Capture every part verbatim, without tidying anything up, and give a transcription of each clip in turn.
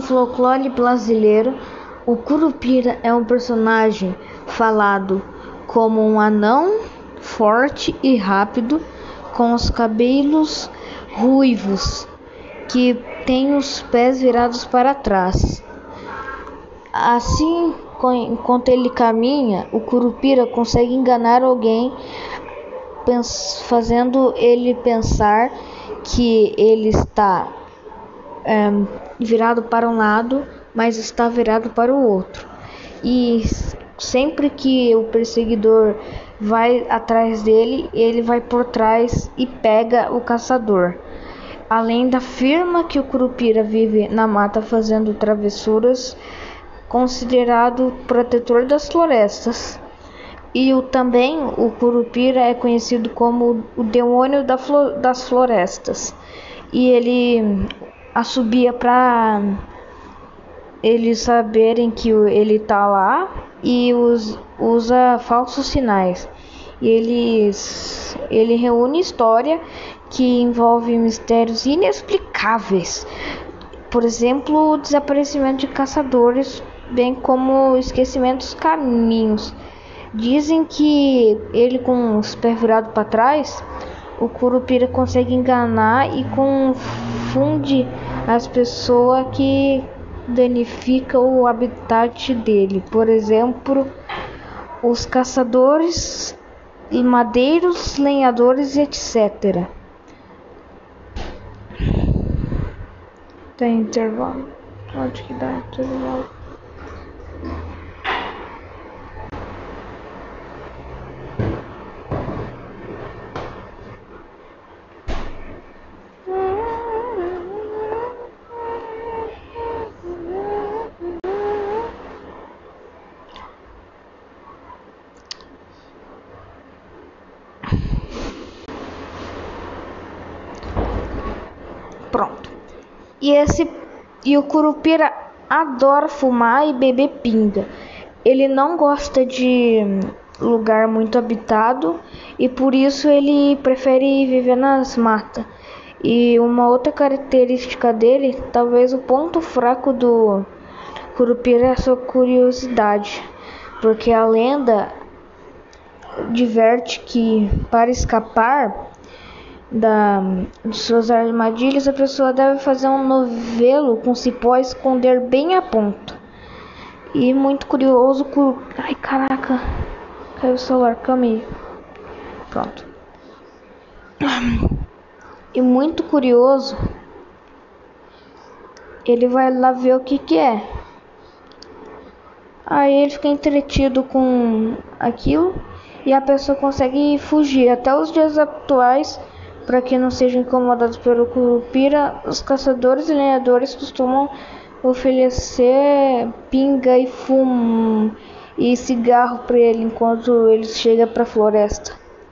folclore brasileiro, o Curupira é um personagem falado como um anão forte e rápido, com os cabelos ruivos, que tem os pés virados para trás. Assim, enquanto ele caminha, o Curupira consegue enganar alguém, fazendo ele pensar que ele está é, virado para um lado, mas está virado para o outro. E sempre que o perseguidor vai atrás dele, ele vai por trás e pega o caçador. A lenda afirma que o Curupira vive na mata fazendo travessuras, considerado protetor das florestas. E o, também o Curupira é conhecido como o demônio da flo, das florestas. E ele assobia para eles saberem que ele está lá e us, usa falsos sinais. E eles, ele reúne história que envolve mistérios inexplicáveis. Por exemplo, o desaparecimento de caçadores, bem como o esquecimento dos caminhos. Dizem que ele, com os pés virados para trás, o Curupira consegue enganar e confunde as pessoas que danificam o habitat dele. Por exemplo, os caçadores e madeiros, lenhadores, etcétera. Tem intervalo? Onde que dá intervalo? Pronto. E esse e o Curupira adora fumar e beber pinga. Ele não gosta de lugar muito habitado e por isso ele prefere viver nas matas. E uma outra característica dele, talvez o ponto fraco do Curupira, é a sua curiosidade, porque a lenda diverte que para escapar da, de suas armadilhas, a pessoa deve fazer um novelo com cipó e esconder bem a ponta. E muito curioso, cur... ai caraca, caiu o celular, calma aí. Pronto. E muito curioso, ele vai lá ver o que que é. Aí ele fica entretido com aquilo e a pessoa consegue fugir. Até os dias atuais, para que não sejam incomodados pelo Curupira, os caçadores e lenhadores costumam oferecer pinga e fumo e cigarro para ele enquanto ele chega para a floresta.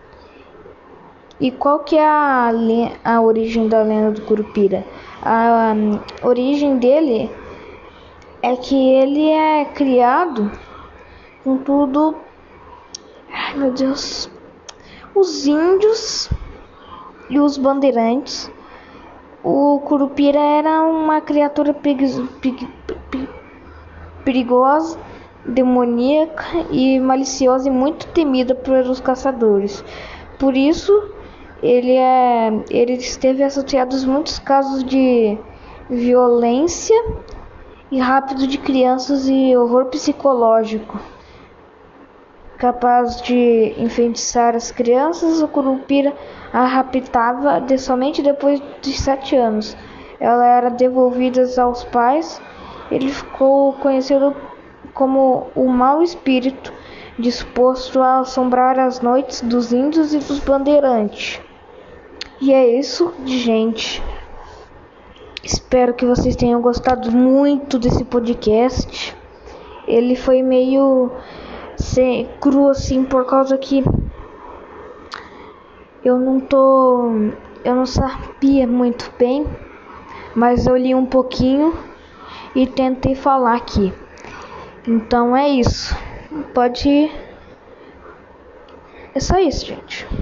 E qual que é a, a origem da lenda do Curupira? A, a origem dele é que ele é criado com tudo... Ai meu Deus... Os índios e os bandeirantes. O Curupira era uma criatura perigosa, demoníaca e maliciosa e muito temida pelos caçadores. Por isso, ele, é, ele esteve associado a muitos casos de violência e rápido de crianças e horror psicológico. Capaz de enfeitiçar as crianças, o Curupira a raptava de somente depois de sete anos. Ela era devolvida aos pais. Ele ficou conhecido como o mau espírito, disposto a assombrar as noites dos índios e dos bandeirantes. E é isso, gente. Espero que vocês tenham gostado muito desse podcast. Ele foi meio sem, cru assim, por causa que eu não tô, eu não sabia muito bem, mas eu li um pouquinho e tentei falar aqui. Então é isso. Pode ir. É só isso, gente.